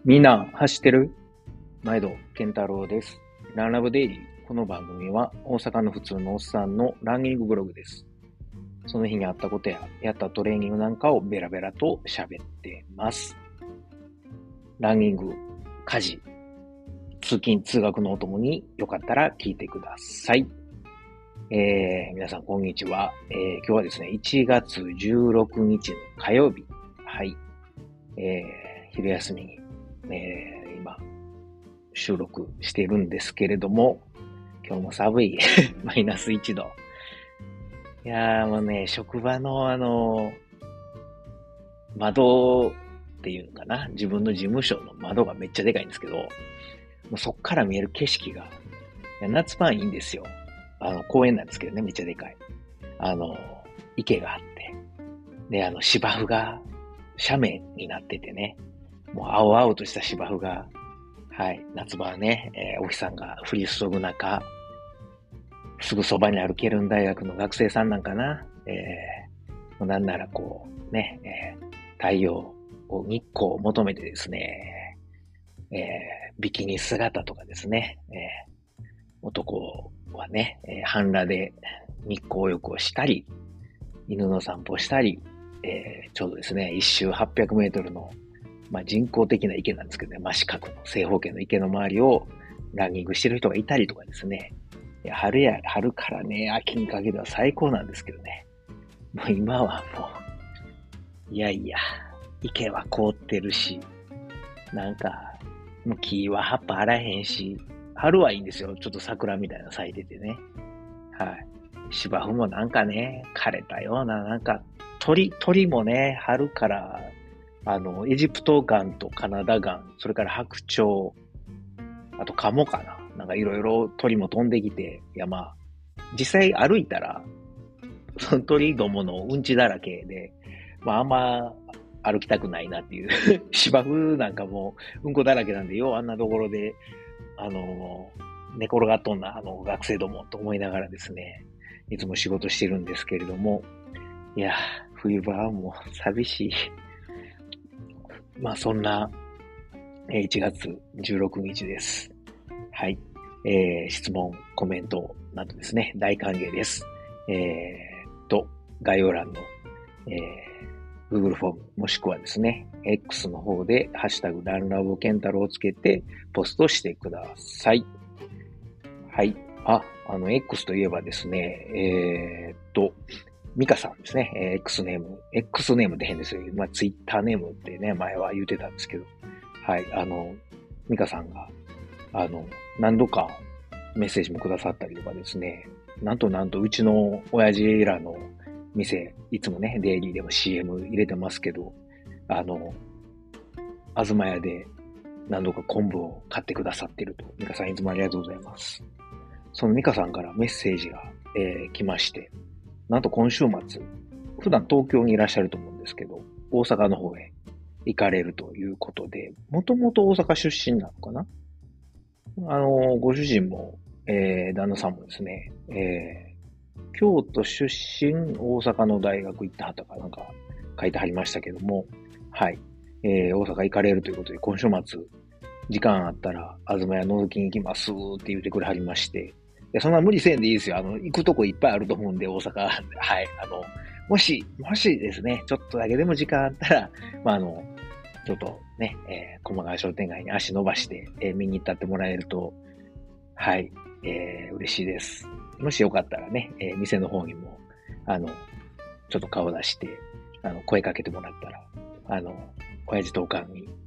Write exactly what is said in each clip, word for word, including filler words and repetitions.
みんな走ってる？毎度健太郎です。ランラブデイリー。この番組は大阪の普通のおっさんのランニングブログです。その日にあったことややったトレーニングなんかをベラベラと喋ってます。ランニング、家事、通勤通学のお供によかったら聞いてください。えー、皆さんこんにちは、えー。今日はですね、いちがつじゅうろくにちの火曜日。はい。えー、昼休みに、えー、今、収録しているんですけれども、今日も寒い。マイナスいちど。いやーもうね、職場のあの、窓っていうのかな。自分の事務所の窓がめっちゃでかいんですけど、もうそっから見える景色が、いや夏場いいんですよ。あの、公園なんですけどね、めっちゃでかい。あの、池があって、で、あの、芝生が斜面になっててね、もう青々とした芝生が、はい、夏場はね、えー、お日さんが降り注ぐ中、すぐそばにあるケルン大学の学生さんなんかな、えー、なんならこう、ね、えー、太陽を、日光を求めてですね、えー、ビキニ姿とかですね、えー、男はね、えー、半裸で日光浴をしたり、犬の散歩したり、えー、ちょうどですね、一周はっぴゃくメートルの、まあ、人工的な池なんですけどね、真四角の正方形の池の周りをランニングしてる人がいたりとかですね、いや春や、春からね、秋にかけては最高なんですけどね、もう今はもう、いやいや、池は凍ってるし、なんか、もう木は葉っぱ洗えへんし、春はいいんですよ。ちょっと桜みたいなの咲いててね。はい。芝生もなんかね、枯れたような、なんか、鳥、鳥もね、春から、あの、エジプトガンとカナダガン、それから白鳥、あとカモかな。なんかいろいろ鳥も飛んできて、いやまあ、実際歩いたら、その鳥どものうんちだらけで、まああんま歩きたくないなっていう。芝生なんかもうんこだらけなんで、ようあんなところで、あの、寝転がっとんな、あの、学生どもと思いながらですね、いつも仕事してるんですけれども、いや、冬場はもう寂しい。まあそんな、いちがつじゅうろくにちです。はい。えー、質問、コメントなどですね、大歓迎です。えー、と、概要欄の、えー、Google フォーム、もしくはですね、X の方で、ハッシュタグ、ランラボケンタロウをつけて、ポストしてください。はい。あ、あの、X といえばですね、えー、っと、ミカさんですね、えー、X ネーム、X ネームって変ですよ。まあ、Twitter ネームってね、前は言ってたんですけど、はい、あの、ミカさんが、あの、何度かメッセージもくださったりとかですね、なんとなんとうちの親父らの店、いつもね、デイリーでも シーエム 入れてますけど、あの、東屋で何度か昆布を買ってくださってると。ミカさんいつもありがとうございます。そのミカさんからメッセージが、えー、来まして、なんと今週末、普段東京にいらっしゃると思うんですけど、大阪の方へ行かれるということで、もともと大阪出身なのかな？あの、ご主人も、えー、旦那さんもですね、えー、京都出身、大阪の大学行ったはったかなんか書いてはりましたけども、はい、えー、大阪行かれるということで、今週末、時間あったら、東屋覗きに行きますって言ってくれはりまして、いや、そんな無理せんでいいですよ。あの、行くとこいっぱいあると思うんで、大阪。はい。あの、もし、もしですね、ちょっとだけでも時間あったら、まあ、あの、ちょっとね、えー、駒川商店街に足伸ばして、えー、見に行ったってもらえると、はい、えー、嬉しいです。もしよかったらね、えー、店の方にも、あの、ちょっと顔出して、あの、声かけてもらったら、あの、親父とおかんに、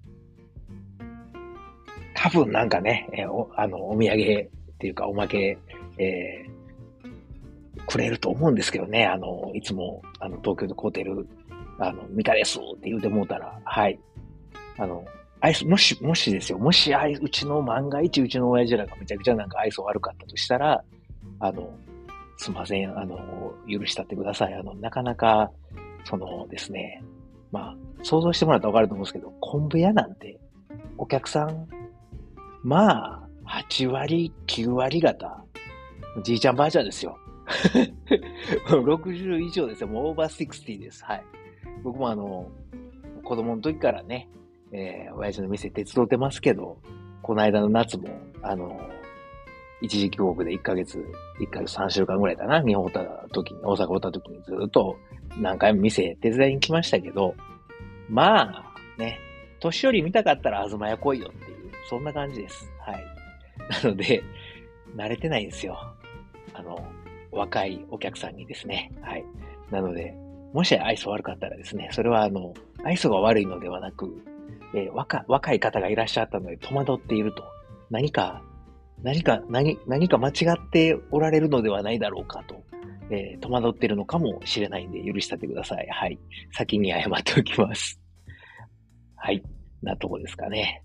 多分なんかね、えー、お、あの、お土産っていうかおまけ、えー、くれると思うんですけどね、あの、いつも、あの、東京で買うてる、あの、ミカですって言うてもうたら、はい。あの、愛想、もし、もしですよ、もし、うちの万が一、うちの親父らがめちゃくちゃなんか愛想悪かったとしたら、あの、すいません、あの、許したってください。あの、なかなか、そのですね、まあ、想像してもらったらわかると思うんですけど、昆布屋なんて、お客さん、まあ、はちわり、きゅうわり方、じいちゃんばあちゃんですよ。ろくじゅう以上ですよ。もうオーバーろくじゅうです。はい。僕もあの、子供の時からね、 えー、親父の店手伝ってますけど、この間の夏も、あの、一時帰国でいっかげつ、いっかげつさんしゅうかんぐらいかな、日本おった時に、大阪おった時にずっと何回も店手伝いに来ましたけど、まあ、ね、年寄り見たかったら東屋来いよっていう、そんな感じです。はい。なので、慣れてないんですよ。あの、若いお客さんにですね。はい。なので、もし愛想悪かったらですね、それはあの、愛想が悪いのではなく、えー若、若い方がいらっしゃったので戸惑っていると。何か、何か、何、何か間違っておられるのではないだろうかと、えー戸惑っているのかもしれないんで許してってください。はい。先に謝っておきます。はい。なとこですかね。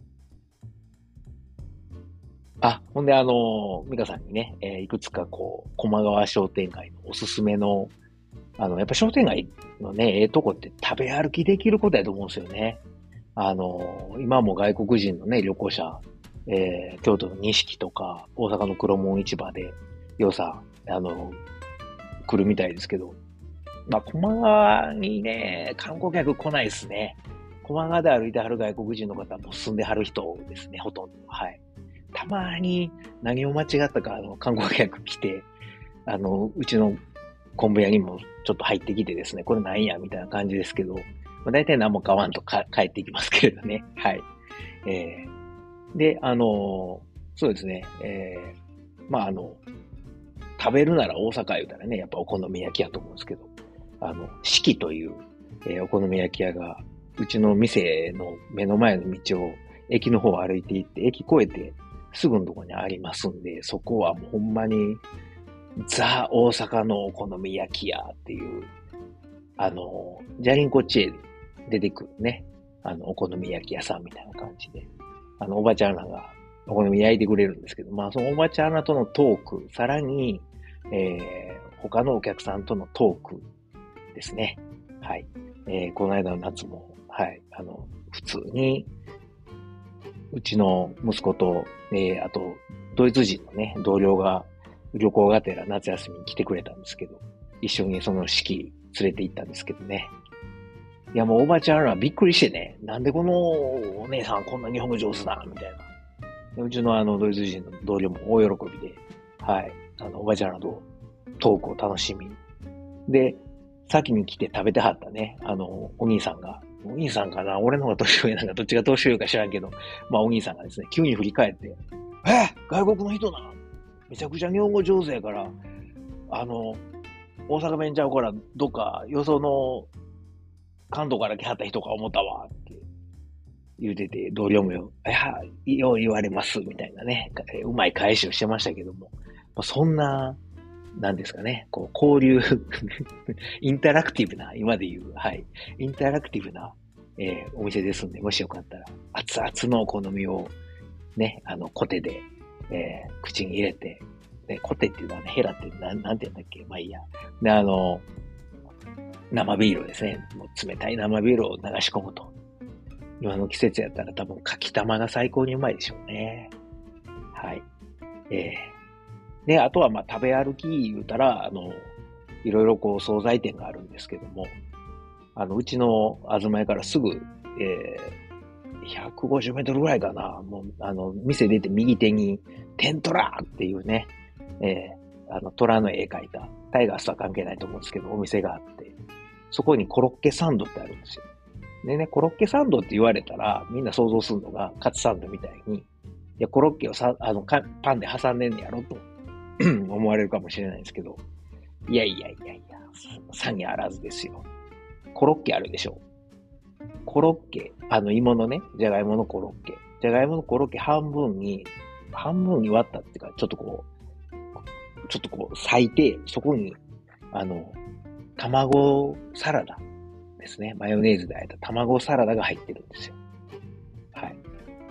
あ、ほんであの、ミカさんにね、えーいくつかこう、駒川商店街のおすすめの、あの、やっぱ商店街のね、ええとこって食べ歩きできることやと思うんですよね。あの、今も外国人のね、旅行者、えー、京都の錦とか、大阪の黒門市場で、ようさん、あの、来るみたいですけど、まあ、駒川にね、観光客来ないですね。駒川で歩いてはる外国人の方も住んではる人ですね、ほとんど。はい。たまに何を間違ったか、あの、観光客来て、あの、うちの昆布屋にもちょっと入ってきてですね、これなんやみたいな感じですけど、まあ、大体何も買わんとか帰ってきますけれどね。はい。えー、で、あのーそうですね、えー、まあ、あの、食べるなら大阪言うたらね、やっぱお好み焼き屋と思うんですけど、あの、四季という、えーお好み焼き屋が、うちの店の目の前の道を駅の方を歩いていって、駅越えてすぐのところにありますんで、そこはもうほんまにザ・大阪のお好み焼き屋っていう、あの、ジャリンコチエで出てくるね、あの、お好み焼き屋さんみたいな感じで、あの、おばちゃんらがお好み焼いてくれるんですけど、まあ、そのおばちゃんらとのトーク、さらに、えー、他のお客さんとのトークですね。はい。えー、この間の夏も、はい、あの、普通に、うちの息子と、えー、あと、ドイツ人のね、同僚が旅行がてら夏休みに来てくれたんですけど、一緒にその式連れて行ったんですけどね。いやもうおばちゃんらびっくりしてね、なんでこのお姉さんこんな日本語上手なみたいな。でうちのあのドイツ人の同僚も大喜びで、はい、あのおばちゃんらとトークを楽しみ。で、先に来て食べてはったね、あの、お兄さんが、お兄さんかな俺の方が年上なんかどっちが年上か知らんけど、まあお兄さんがですね、急に振り返って、え外国の人なめちゃくちゃ日本語上手やから、あの、大阪弁ちゃうから、どっかよその関東から来はった人か思ったわって言うてて、同僚もよ、いや、よう言われます、みたいなね、うまい返しをしてましたけども、まあ、そんな、なんですかね、こう、交流インタラクティブな、今で言う、はい、インタラクティブな、えーお店ですんで、もしよかったら、熱々のお好みを、ね、あの、コテで、えー口に入れて、ね、コテっていうのはね、ヘラってなん、なんて言うんだっけまあいいや。で、あの、生ビールですね。もう冷たい生ビールを流し込むと。今の季節やったら多分、かきたまが最高にうまいでしょうね。はい。えー、で、あとはまあ食べ歩き言うたら、あの、いろいろこう惣菜店があるんですけども、あの、うちの東屋からすぐ、えー、ひゃくごじゅうメートルぐらいかな。もう、あの、店出て右手に、テントラーっていうね、えー、あの、虎の絵描いた、タイガースとは関係ないと思うんですけど、お店があって、そこにコロッケサンドってあるんですよ。でね、コロッケサンドって言われたら、みんな想像するのが、カツサンドみたいに、いや、コロッケをさ、あの、かパンで挟んでんねやろと思われるかもしれないですけど、いやいやいやいや、さにあらずですよ。コロッケあるでしょ。コロッケ、あの芋のね、じゃがいものコロッケ。じゃがいものコロッケ半分に、半分に割ったっていうか、ちょっとこう、ちょっとこう、裂いて、そこに、あの、卵サラダですね。マヨネーズであえた卵サラダが入ってるんですよ。はい。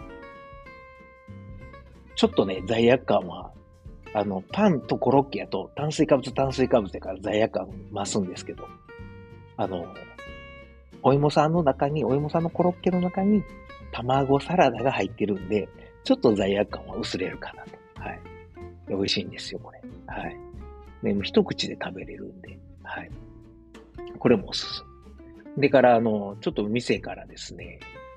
ちょっとね、罪悪感は、あの、パンとコロッケやと炭水化物炭水化物だから罪悪感増すんですけど、あの、お芋さんの中に、お芋さんのコロッケの中に卵サラダが入ってるんで、ちょっと罪悪感は薄れるかなと。はい。で美味しいんですよ、これ。はい。で、もう一口で食べれるんで、はい。これもおすすめ。でから、あの、ちょっと店からですね、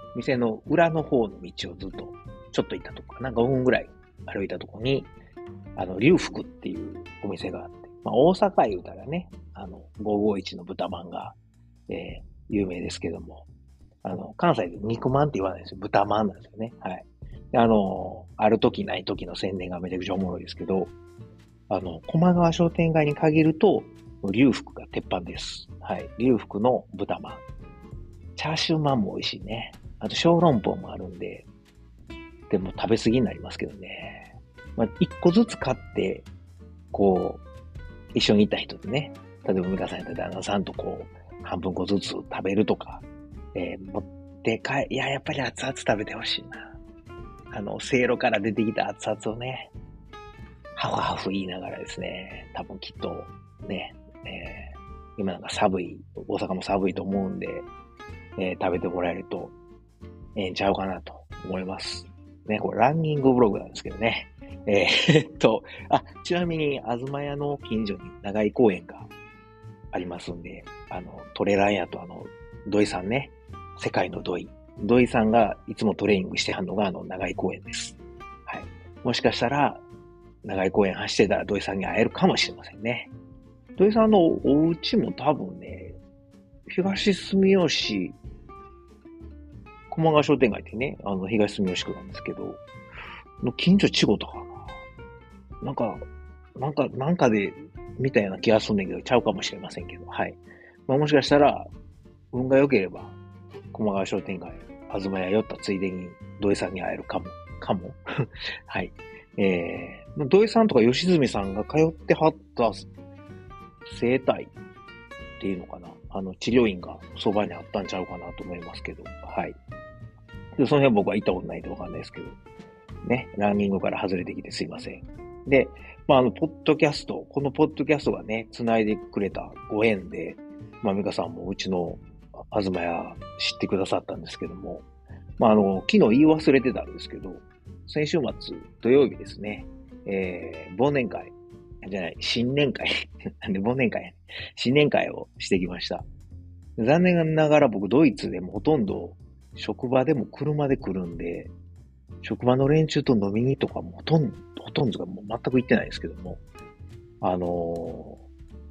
店の裏の方の道をずっと、ちょっと行ったとこかな、ごふんぐらい歩いたとこに、あの、龍福っていうお店があって、まあ、大阪いうたらね、あの、ごーごーいちの豚まんが、えー、有名ですけども、あの、関西で肉まんって言わないですよ。豚まんなんですよね。はい。であの、ある時ない時の宣伝がめちゃくちゃおもろいですけど、あの、駒川商店街に限ると、龍福が鉄板です。はい。龍福の豚まん。チャーシューまんも美味しいね。あと小籠包もあるんで、でも食べ過ぎになりますけどね。まあ、一個ずつ買って、こう、一緒に行った人でね、例えば皆さんやったら旦那さんとこう、半分個ずつ食べるとか、えー、持って帰、いや、やっぱり熱々食べてほしいな。あの、せいろから出てきた熱々をね、ハフハフ言いながらですね、多分きっとね、えー、今なんか寒い、大阪も寒いと思うんで、えー、食べてもらえると、ええんちゃうかなと思います。ね、これランニングブログなんですけどね。えー、っと、あ、ちなみに、あずまやの近所に長井公園がありますんで、あの、トレランやとあの、土井さんね、世界の土井。土井さんがいつもトレーニングしてはんのがあの、長井公園です。はい。もしかしたら、長井公園走ってたら土井さんに会えるかもしれませんね。土井さんのお家も多分ね、東住吉、駒川商店街ってね、あの、東住吉区なんですけど、の近所違ったかな。なんか、なんか、なんかで見たような気がするんだけど、ちゃうかもしれませんけど、はい。まあ、もしかしたら、運が良ければ、駒川商店街、あずまや寄ったついでに、土井さんに会えるかも、かも。はい。えー、土井さんとか吉住さんが通ってはった整体っていうのかな。あの、治療院がそばにあったんちゃうかなと思いますけど、はい。でその辺僕は行ったことないんでわかんないですけど、ね、ランニングから外れてきてすいません。で、まあ、あの、ポッドキャスト、このポッドキャストがね、繋いでくれたご縁で、まあ、美香さんもうちのあずまや知ってくださったんですけども、まあ、あの、昨日言い忘れてたんですけど、先週末土曜日ですね、えー、忘年会、じゃない、新年会。なんで忘年会やね新年会をしてきました。残念ながら僕ドイツでもほとんど職場でも車で来るんで、職場の連中と飲みにとかもほとんど、ほとんどがもう全く行ってないですけども、あの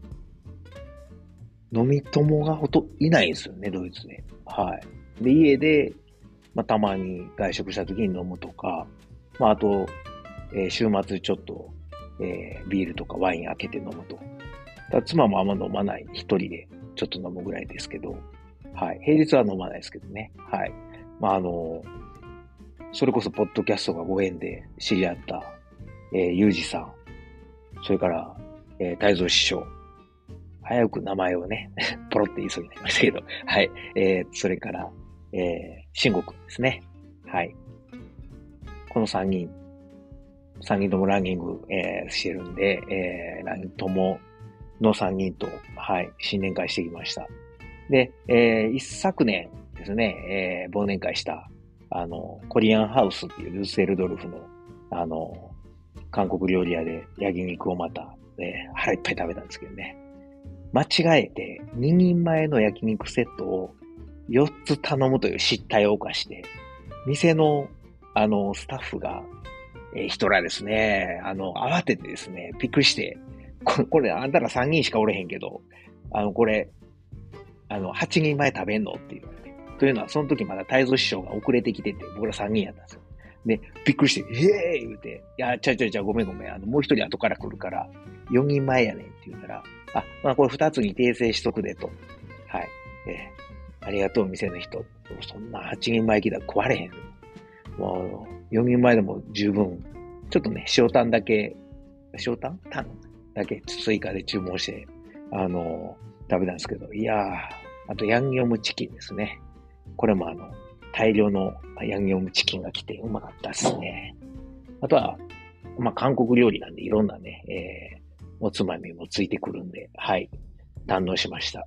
ー、飲み友がほといないんですよね、ドイツで。はい。で、家で、まあ、たまに外食した時に飲むとか、まあ、あと、えー、週末ちょっと、えー、ビールとかワイン開けて飲むと。ただ妻もあんま飲まない。一人でちょっと飲むぐらいですけど、はい。平日は飲まないですけどね。はい。まあ、あのー、それこそポッドキャストがご縁で知り合った、えー、ゆうじさん、それから、えー、太蔵師匠、早く名前をね、ポロって言いそうになりましたけど、はい。えー、それから、えー、慎吾くんですね。はい。このさんにん、さんにんともランニング、えー、してるんで、えー、ランニングとものさんにんと、はい、新年会してきました。で、えー、一昨年ですね、えー、忘年会した、あの、コリアンハウスっていうルーセルドルフの、あの、韓国料理屋で焼肉をまた、ね、腹いっぱい食べたんですけどね。間違えてににんまえの焼肉セットをよっつ頼むという失態を犯して、店の、あの、スタッフが、えー、人らですね、あの、慌ててですね、びっくりして、これ、これ、あんたらさんにんしかおれへんけど、あの、これ、あの、はちにんまえ食べんのって言われて。というのは、その時まだ太蔵師匠が遅れてきてて、僕らさんにんやったんですよ。で、びっくりして、ええー言うて、いや、ちゃうちゃうちゃう、ごめんごめん、あの、もう一人後から来るから、よにんまえやねんって言うたら、あ、まあ、これふたつに訂正しとくでと。はい。えー、ありがとう、店の人。そんなはちにんまえ来たら食われへん。もう、よにんまえでも十分。ちょっとね、塩タンだけ、塩タンタンだけ追加で注文して、あのー、食べたんですけど、いやー、あとヤンニョムチキンですね。これもあの、大量のヤンニョムチキンが来てうまかったですね。あとは、まあ、韓国料理なんでいろんなね、えー、おつまみもついてくるんで、はい、堪能しました。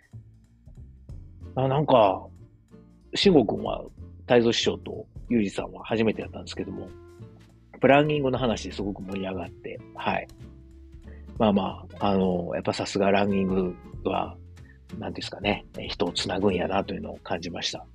あ、なんか、慎吾くんは、太蔵師匠とユージさんは初めてやったんですけども、プランニングの話ですごく盛り上がって、はい。まあまあ、あの、やっぱさすがランニングは、なんですかね、人をつなぐんやなというのを感じました。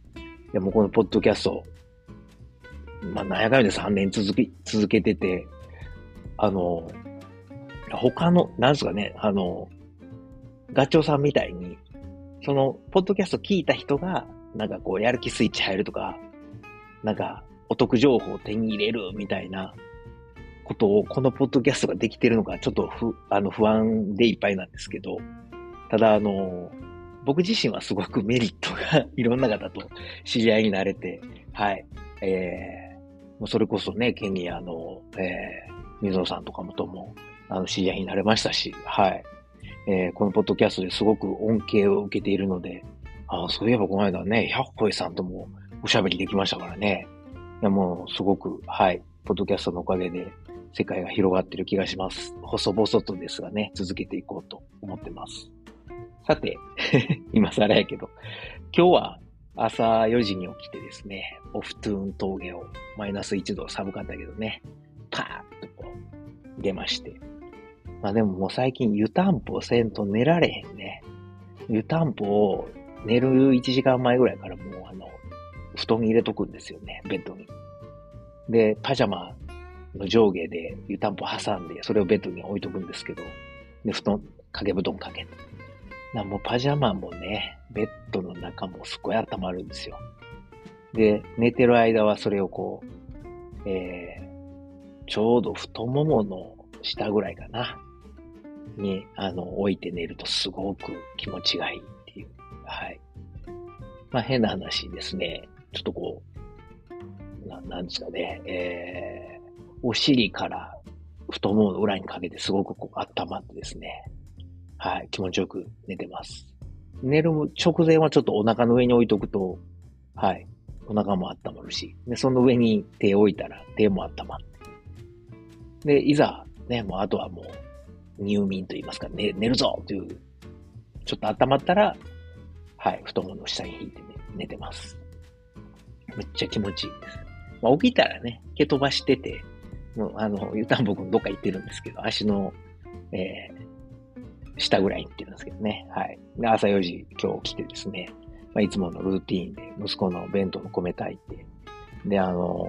でもこのポッドキャスト、まあ、なんやかんやでさんねん続き、続けてて、あの、他の、なんですかね、あの、ガチョウさんみたいに、その、ポッドキャスト聞いた人が、なんかこう、やる気スイッチ入るとか、なんか、お得情報を手に入れるみたいなことを、このポッドキャストができてるのか、ちょっとふ、あの、不安でいっぱいなんですけど、ただ、あの、僕自身はすごくメリットがいろんな方と知り合いになれて、はい、えー、もうそれこそね、ケニアの、えー、水野さんとかもとも、あの、知り合いになれましたし、はい、えー、このポッドキャストですごく恩恵を受けているので、あ、そういえばこの間ね、百歩さんともおしゃべりできましたからね。いや、もうすごく、はい、ポッドキャストのおかげで世界が広がってる気がします。細々とですがね、続けていこうと思ってます。さて、今更やけど、今日は朝よじに起きてですね、オフトゥーン峠をマイナスいちど寒かったけどね、パーッとこう出まして。まあでももう最近湯たんぽせんと寝られへんね。湯たんぽを寝るいちじかんまえぐらいからもうあの、布団に入れとくんですよね、ベッドに。で、パジャマの上下で湯たんぽ挟んで、それをベッドに置いとくんですけど、で、布団、掛け布団かけて。なもうパジャマもね、ベッドの中もすごい温まるんですよ。で、寝てる間はそれをこう、えー、ちょうど太ももの下ぐらいかな。に、あの、置いて寝るとすごく気持ちがいいっていう。はい。まあ変な話ですね。ちょっとこう、ななんですかね。えー、お尻から太ももの裏にかけてすごくこう温まってですね。はい。気持ちよく寝てます。寝る直前はちょっとお腹の上に置いとくと、はい。お腹も温まるし。で、その上に手を置いたら手も温まって。で、いざ、ね、もうあとはもう入眠と言いますか、ね、寝るぞという、ちょっと温まったら、はい、太ももの下に引いて、ね、寝てます。めっちゃ気持ちいいです。まあ、起きたらね、蹴飛ばしてて、もうあの、湯たんぽくんどっか行ってるんですけど、足の、えー、下ぐらいに行ってるんですけどね。はい。で、朝よじ今日起きてですね、まあ、いつものルーティーンで息子の弁当の米炊いて、で、あの、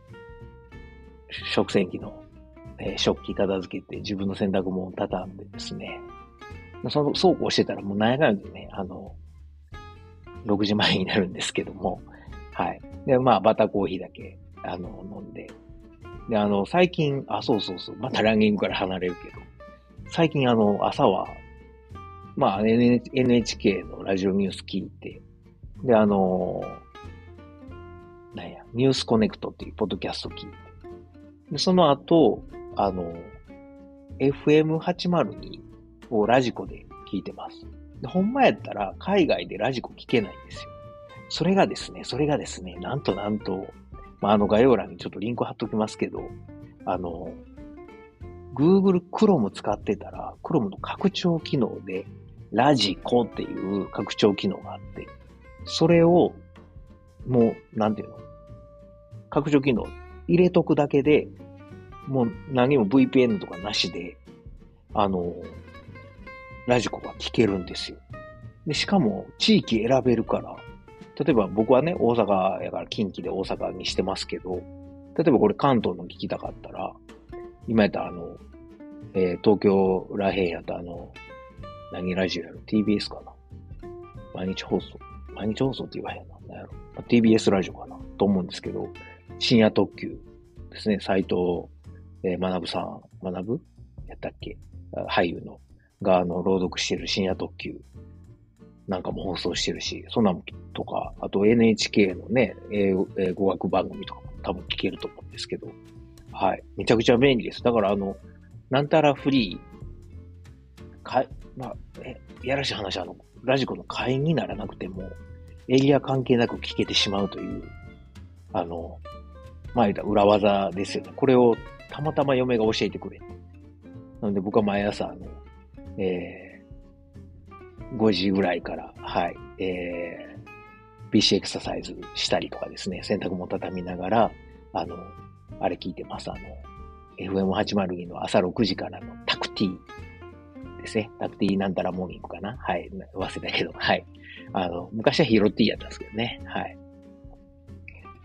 食洗機の、えー、食器片付けて自分の洗濯物を畳んでですね、その、そうこうしてたらもう何やかんやでね、あの、ろくじまえになるんですけども、はい。で、まあ、バターコーヒーだけ、あの、飲んで、で、あの、最近、あ、そうそうそう、またランニングから離れるけど、最近あの、朝は、まあ、エヌエイチケー のラジオニュース聞いて、で、あの、なんや、ニュースコネクトっていうポッドキャスト聞いて、で、その後、あの、エフエムはちまるに をラジコで聞いてます。で、ほんまやったら海外でラジコ聞けないんですよ。それがですね、それがですね、なんとなんと、まあ、あの概要欄にちょっとリンク貼っときますけど、あの、Google Chrome 使ってたら、Chrome の拡張機能で、ラジコっていう拡張機能があって、それを、もう、なんていうの拡張機能入れとくだけで、もう何も ブイピーエヌ とかなしで、あの、ラジコが聞けるんですよ。で、しかも地域選べるから、例えば僕はね、大阪やから近畿で大阪にしてますけど、例えばこれ関東の聞きたかったら、今やったらあの、えー、東京らへんやったらあの、何ラジオやろ ?ティービーエス かな毎日放送毎日放送って言わへんな。何やろ ?ティービーエス ラジオかなと思うんですけど、深夜特急ですね、斉藤、えー、学さん、学やったっけ俳優の、が、あの、朗読してる深夜特急なんかも放送してるし、そんなんとか、あと エヌエイチケー のね、英語、えー語学番組とかも多分聞けると思うんですけど、はい。めちゃくちゃ便利です。だからあの、なんたらフリー、か、まあ、え、やらしい話、あの、ラジコの会員にならなくても、エリア関係なく聞けてしまうという、あの、まあ言った裏技ですよね。これをたまたま嫁が教えてくれて。なので僕は毎朝、あの、えー、ごじぐらいから、はい、えー、ビーシー エクササイズしたりとかですね、洗濯も畳みながら、あの、あれ聞いてます。あの、エフエムはちまるに の朝ろくじからのタクティーですね。タクティーなんたらモーニングかな。はい。忘れたけど、はい。あの、昔はヒロティーやったんですけどね。はい。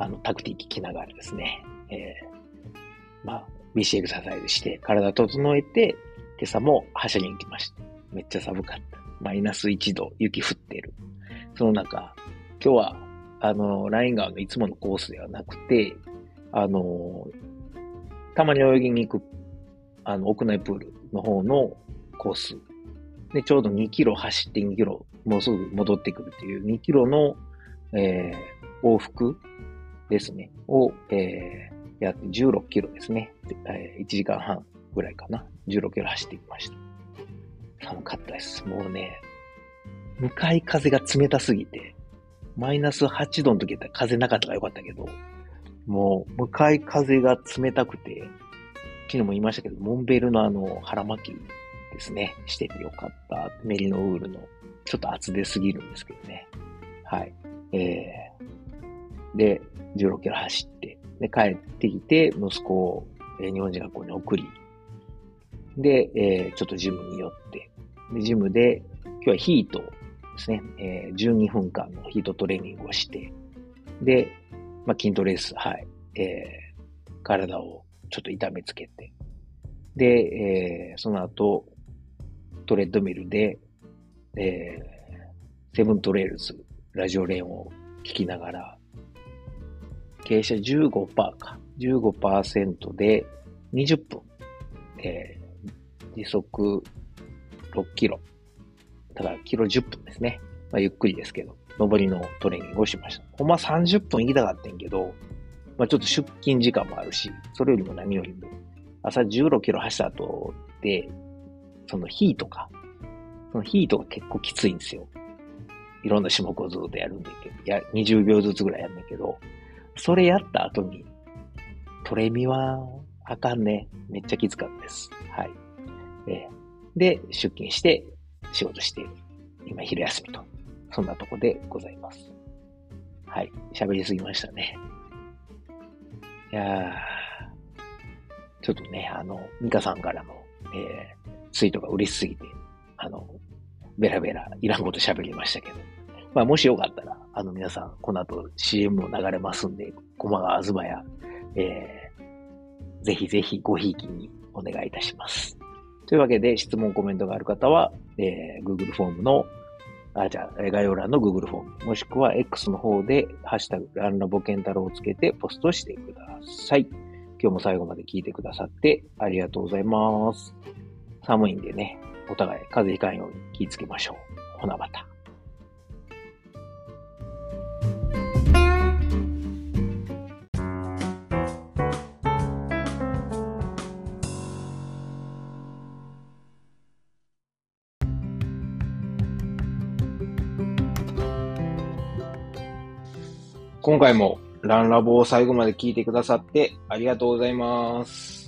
あの、タクティ聞きながらですね、えー、まあ、ビーシー エクササイズして、体整えて、今朝も走りに行きました。めっちゃ寒かった。マイナスいちど、雪降ってる。その中、今日は、あの、ライン川のいつものコースではなくて、あの、たまに泳ぎに行く、あの、屋内プールの方のコース。で、ちょうどにキロ走ってにキロ、もうすぐ戻ってくるっていうにキロの、えー、往復ですね、を、えー、やってじゅうろっキロですね。えー、いちじかんはんぐらいかな。じゅうろっキロ走ってきました。寒かったです。もうね、向かい風が冷たすぎて、マイナスはちどの時だったら風なかったからよかったけど、もう向かい風が冷たくて、昨日も言いましたけど、モンベルのあの腹巻きですね、しててよかった。メリノウールの、ちょっと厚手すぎるんですけどね。はい。えー、で、じゅうろっキロ走って、で、帰ってきて、息子を、えー、日本人学校に送り、で、えー、ちょっとジムに寄って、で、ジムで、今日はヒートですね、えー、じゅうにふんかんのヒートトレーニングをして、で、まあ、筋トレです。はい。えー、体をちょっと痛めつけて、で、えー、その後、トレッドミルで、えー、セブントレイルズ、ラジオレーンを聞きながら、傾斜 じゅうごパーセント か、じゅうごパーセント でにじゅっぷん、えー、時速ろっキロ、だからキロじゅっぷんですね。まあ、ゆっくりですけど、上りのトレーニングをしました。ほんまさんじゅっぷん行きたかったんけど、まあ、ちょっと出勤時間もあるし、それよりも何よりも、朝じゅうろっキロ走った後で、そのヒートか、そのヒートが結構きついんですよ。いろんな種目をずっとやるんだけど、や、にじゅうびょうずつぐらいやるんだけど、それやった後に、トレミはあかんね。めっちゃきつかったです。はい。えー、で、出勤して、仕事して、今昼休みと。そんなとこでございます。はい。喋りすぎましたね。いやー、ちょっとね、あの、ミカさんからの、えー、ツイートが嬉しすぎて、あの、ベラベラいらんこと喋りましたけど。まあ、もしよかったら、あの、皆さん、この後 シーエム も流れますんで、駒川東屋、えー、ぜひぜひごひいきにお願いいたします。というわけで、質問、コメントがある方は、えー、Google フォームの、あ、じゃあ、概要欄の Google フォーム、もしくは X の方で、ハッシュタグ、ランラボケンタロウをつけてポストしてください。今日も最後まで聞いてくださってありがとうございます。寒いんでね、お互い風邪ひかんように気をつけましょう。ほなまた。今回もランラボを最後まで聞いてくださってありがとうございます。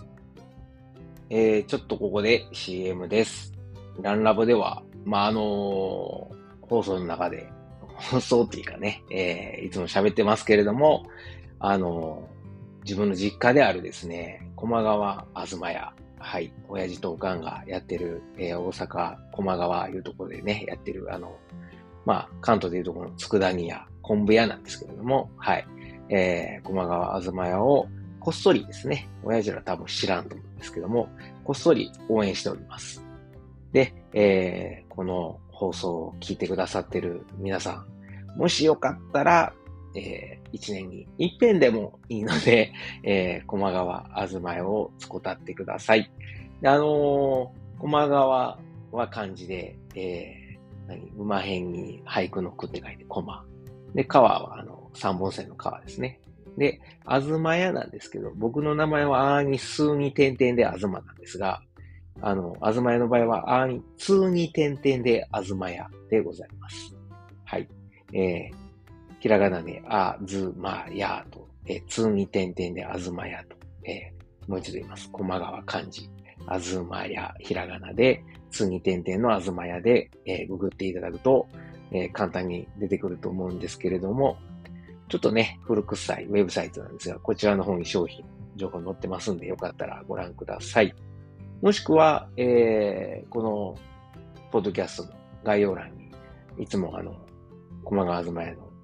えー、ちょっとここで シーエム です。ランラボでは、まあ、あのー、放送の中で、放送っていうかね、えー、いつも喋ってますけれども、あのー、自分の実家であるですね、駒川東屋、はい、親父とおかんがやってる、えー、大阪駒川いうところでね、やってる、あの、まあ、関東でいうところの佃煮屋、昆布屋なんですけれども、はい。えー、駒川東屋をこっそりですね、親父ら多分知らんと思うんですけども、こっそり応援しております。で、えー、この放送を聞いてくださってる皆さん、もしよかったら、えー、一年に一遍でもいいので、えー、駒川東屋を使ってください。で、あのー、駒川は漢字で、えー何馬辺に俳句の句って書いて駒。で、川はあの三本線の川ですね。で、東屋なんですけど、僕の名前はあーに数に点々で東なんですが、あの、東屋の場合はあーに通に点々で東屋でございます。はい。えー、ひらがなであずまやと、えー、通に点々で東屋と、えー、もう一度言います。駒川漢字。あずまやひらがなで、通に点々の東屋で、えー、ググっていただくと、えー、簡単に出てくると思うんですけれども、ちょっとね、古臭いウェブサイトなんですが、こちらの方に商品、情報載ってますんで、よかったらご覧ください。もしくは、えー、この、ポッドキャストの概要欄に、いつもあの、駒川東屋の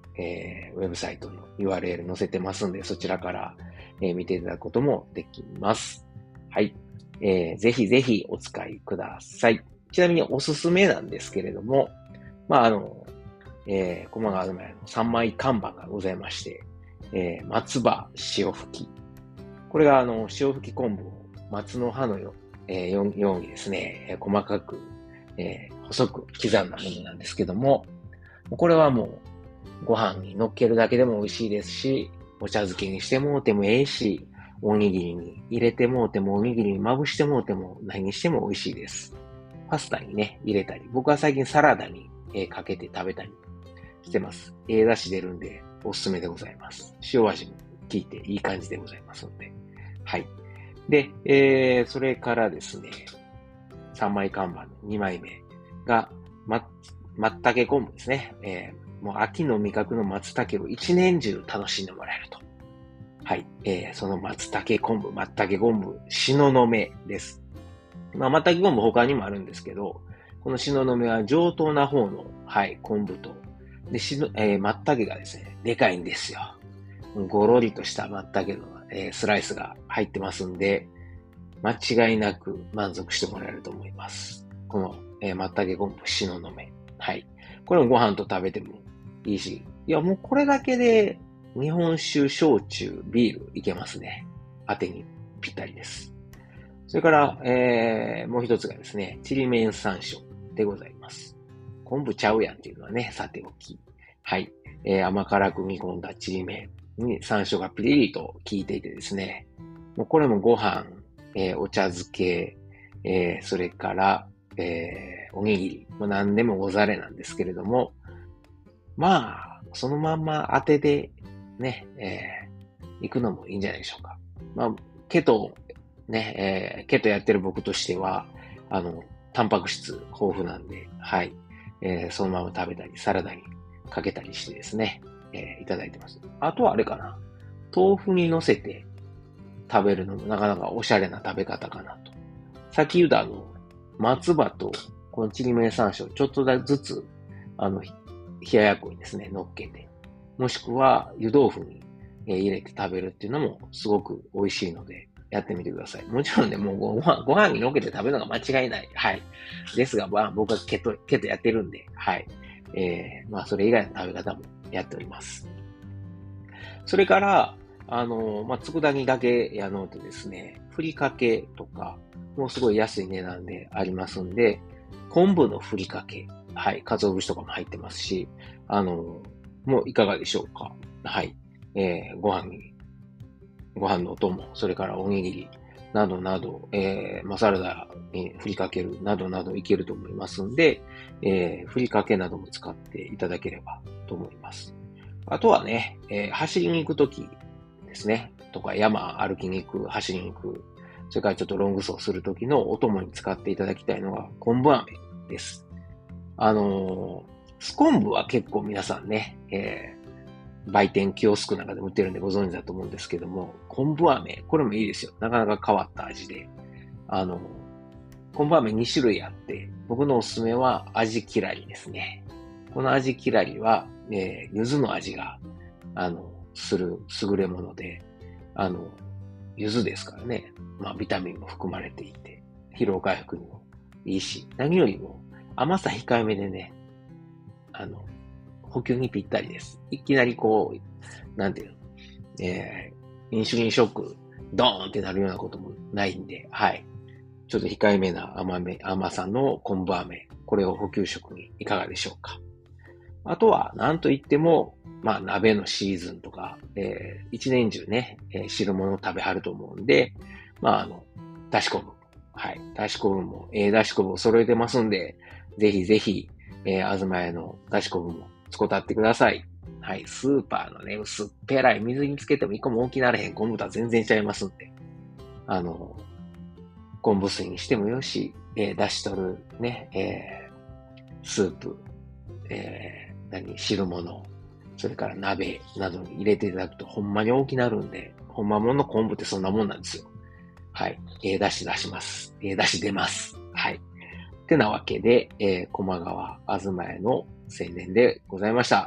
えー、ウェブサイトの ユーアールエル 載せてますんで、そちらから、えー、見ていただくこともできます。はい。えー、ぜひぜひお使いください。ちなみにおすすめなんですけれども、まあ、あの、えー、駒川東屋のさんまい看板がございまして、えー、松葉塩吹き。これがあの、塩吹き昆布を松の葉のよ,、えー、よ, ようにですね、えー、細かく、えー、細く刻んだものなんですけども、これはもうご飯に乗っけるだけでも美味しいですし、お茶漬けにしてもうてもええし、おにぎりに入れてもうても、おにぎりにまぶしてもうても、何にしても美味しいです。パスタにね、入れたり、僕は最近サラダに、えー、かけて食べたりしてます。ええ出汁出るんで、おすすめでございます。塩味も効いていい感じでございますので。はい。で、えー、それからですね、さんまい看板のにまいめが、ま、松茸昆布ですね。えー、もう秋の味覚の松茸を一年中楽しんでもらえると。はい。えー、その松茸昆布、松茸昆布、しののめです。まあ、松茸昆布他にもあるんですけど、このしののめは上等な方の、はい、昆布と、で、しの、えー、松茸がですね、でかいんですよ。ごろりとした松茸の、えー、スライスが入ってますんで、間違いなく満足してもらえると思います。この、えー、松茸昆布しののめ。はい。これもご飯と食べてもいいし、いやもうこれだけで日本酒、焼酎、ビールいけますね。当てにぴったりです。それから、えー、もう一つがですね、ちりめん山椒でございます。昆布ちゃうやんっていうのはね、さておき。はい。えー、甘辛く煮込んだちりめんに山椒がピリリと効いていてですね、もうこれもご飯、えー、お茶漬け、えー、それから、えー、おにぎり、もう何でもござれなんですけれども、まあ、そのまんま当てでね、えー、行くのもいいんじゃないでしょうか。まあ、ケト、ね、えー、ケトやってる僕としては、あの、タンパク質豊富なんで、はい、えー、そのまま食べたり、サラダにかけたりしてですね、えー、いただいてます。あとはあれかな、豆腐に乗せて食べるのもなかなかおしゃれな食べ方かなと。さっき言ったあの、松葉とこのちりめん山椒ちょっとずつ、あの、冷ややっこにですね、乗っけて、もしくは湯豆腐に入れて食べるっていうのもすごく美味しいので、やってみてください。もちろんね、もうご飯、ご飯に乗っけて食べるのが間違いない。はい。ですが、まあ、僕はケト、ケトやってるんで、はい。えー、まあ、それ以外の食べ方もやっております。それから、あの、まあ、佃煮だけやのうとですね、ふりかけとか、もうすごい安い値段でありますんで、昆布のふりかけ、はい、鰹節とかも入ってますし、あの、もういかがでしょうか。はい、えー、ご飯に、ご飯のお供、それからおにぎり、などなど、えー、まあ、サラダにふりかけるなどなどいけると思いますんで、えー、ふりかけなども使っていただければと思います。あとはね、えー、走りに行くときですね、とか山歩きに行く、走りに行く、それからちょっとロング走するときのお供に使っていただきたいのが昆布飴です。あのー、ス昆布は結構皆さんね、えー、売店キオスクなんかでも売ってるんでご存知だと思うんですけども、昆布飴、これもいいですよ。なかなか変わった味で。あの、昆布飴に種類あって、僕のおすすめは味きらりですね。この味きらりは、えー、柚子の味が、あの、する優れもので、あの、柚子ですからね。まあ、ビタミンも含まれていて、疲労回復にもいいし、何よりも甘さ控えめでね、あの、補給にぴったりです。いきなりこう、なんていうの、えー、インシュリンショック、ドーンってなるようなこともないんで、はい。ちょっと控えめな甘め、甘さの昆布飴、これを補給食にいかがでしょうか。あとは、なんといっても、まあ、鍋のシーズンとか、えー、一年中ね、えー、汁物を食べはると思うんで、まあ、あの、だし昆布。はい。だし昆布も、えー、だし昆布を揃えてますんで、ぜひぜひ、えー、あずまやのだし昆布も使ってってください。はい。スーパーのね、薄っぺらい水につけても一個も大きならへん昆布とは全然ちゃいますんで、あの、昆布水にしてもよし、えー、だし取るね、えー、スープ、えー、何、汁物、それから鍋などに入れていただくとほんまに大きなるんで、ほんまもんの昆布ってそんなもんなんですよ。はい。えー、だし出します。えー、だし出ます。はい。ってなわけで、えー、駒川あずまやの青年でございました。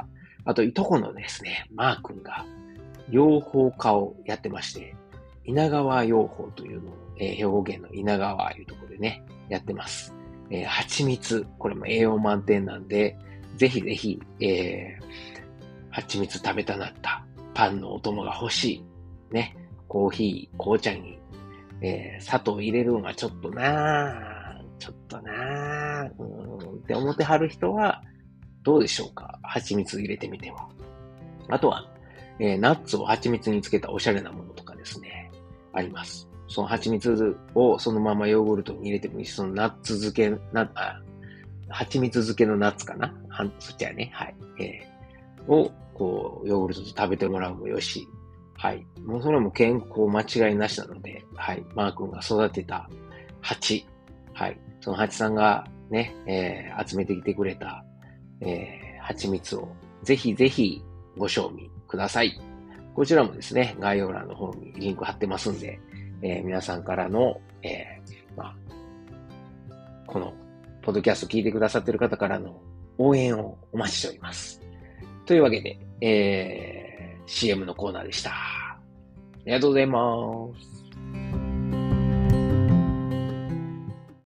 あと、いとこのですね、マー君が養蜂家をやってまして、稲川養蜂というのを、えー、兵庫県の稲川いうところでね、やってます。えー、蜂蜜、これも栄養満点なんで、ぜひぜひ、えー、蜂蜜食べたなった、パンのお供が欲しい、ね、コーヒー、紅茶に、えー、砂糖入れるのがちょっとなぁ、ちょっとなぁ、うーんって思ってはる人は、どうでしょうか？蜂蜜入れてみては。あとは、えー、ナッツを蜂蜜につけたおしゃれなものとかですね、あります。その蜂蜜をそのままヨーグルトに入れてもいいし、そのナッツ漬け、な、あ、蜂蜜漬けのナッツかなはそっちはね、はい。えー、を、こう、ヨーグルトと食べてもらうもよし、はい。もうそれも健康間違いなしなので、はい。マー君が育てた蜂、はい。その蜂さんがね、えー、集めてきてくれた、えー、蜂蜜をぜひぜひご賞味ください。こちらもですね、概要欄の方にリンク貼ってますんで、えー、皆さんからの、えー、まあ、この、ポッドキャスト聞いてくださっている方からの応援をお待ちしております。というわけで、えー、シーエム のコーナーでした。ありがとうございます。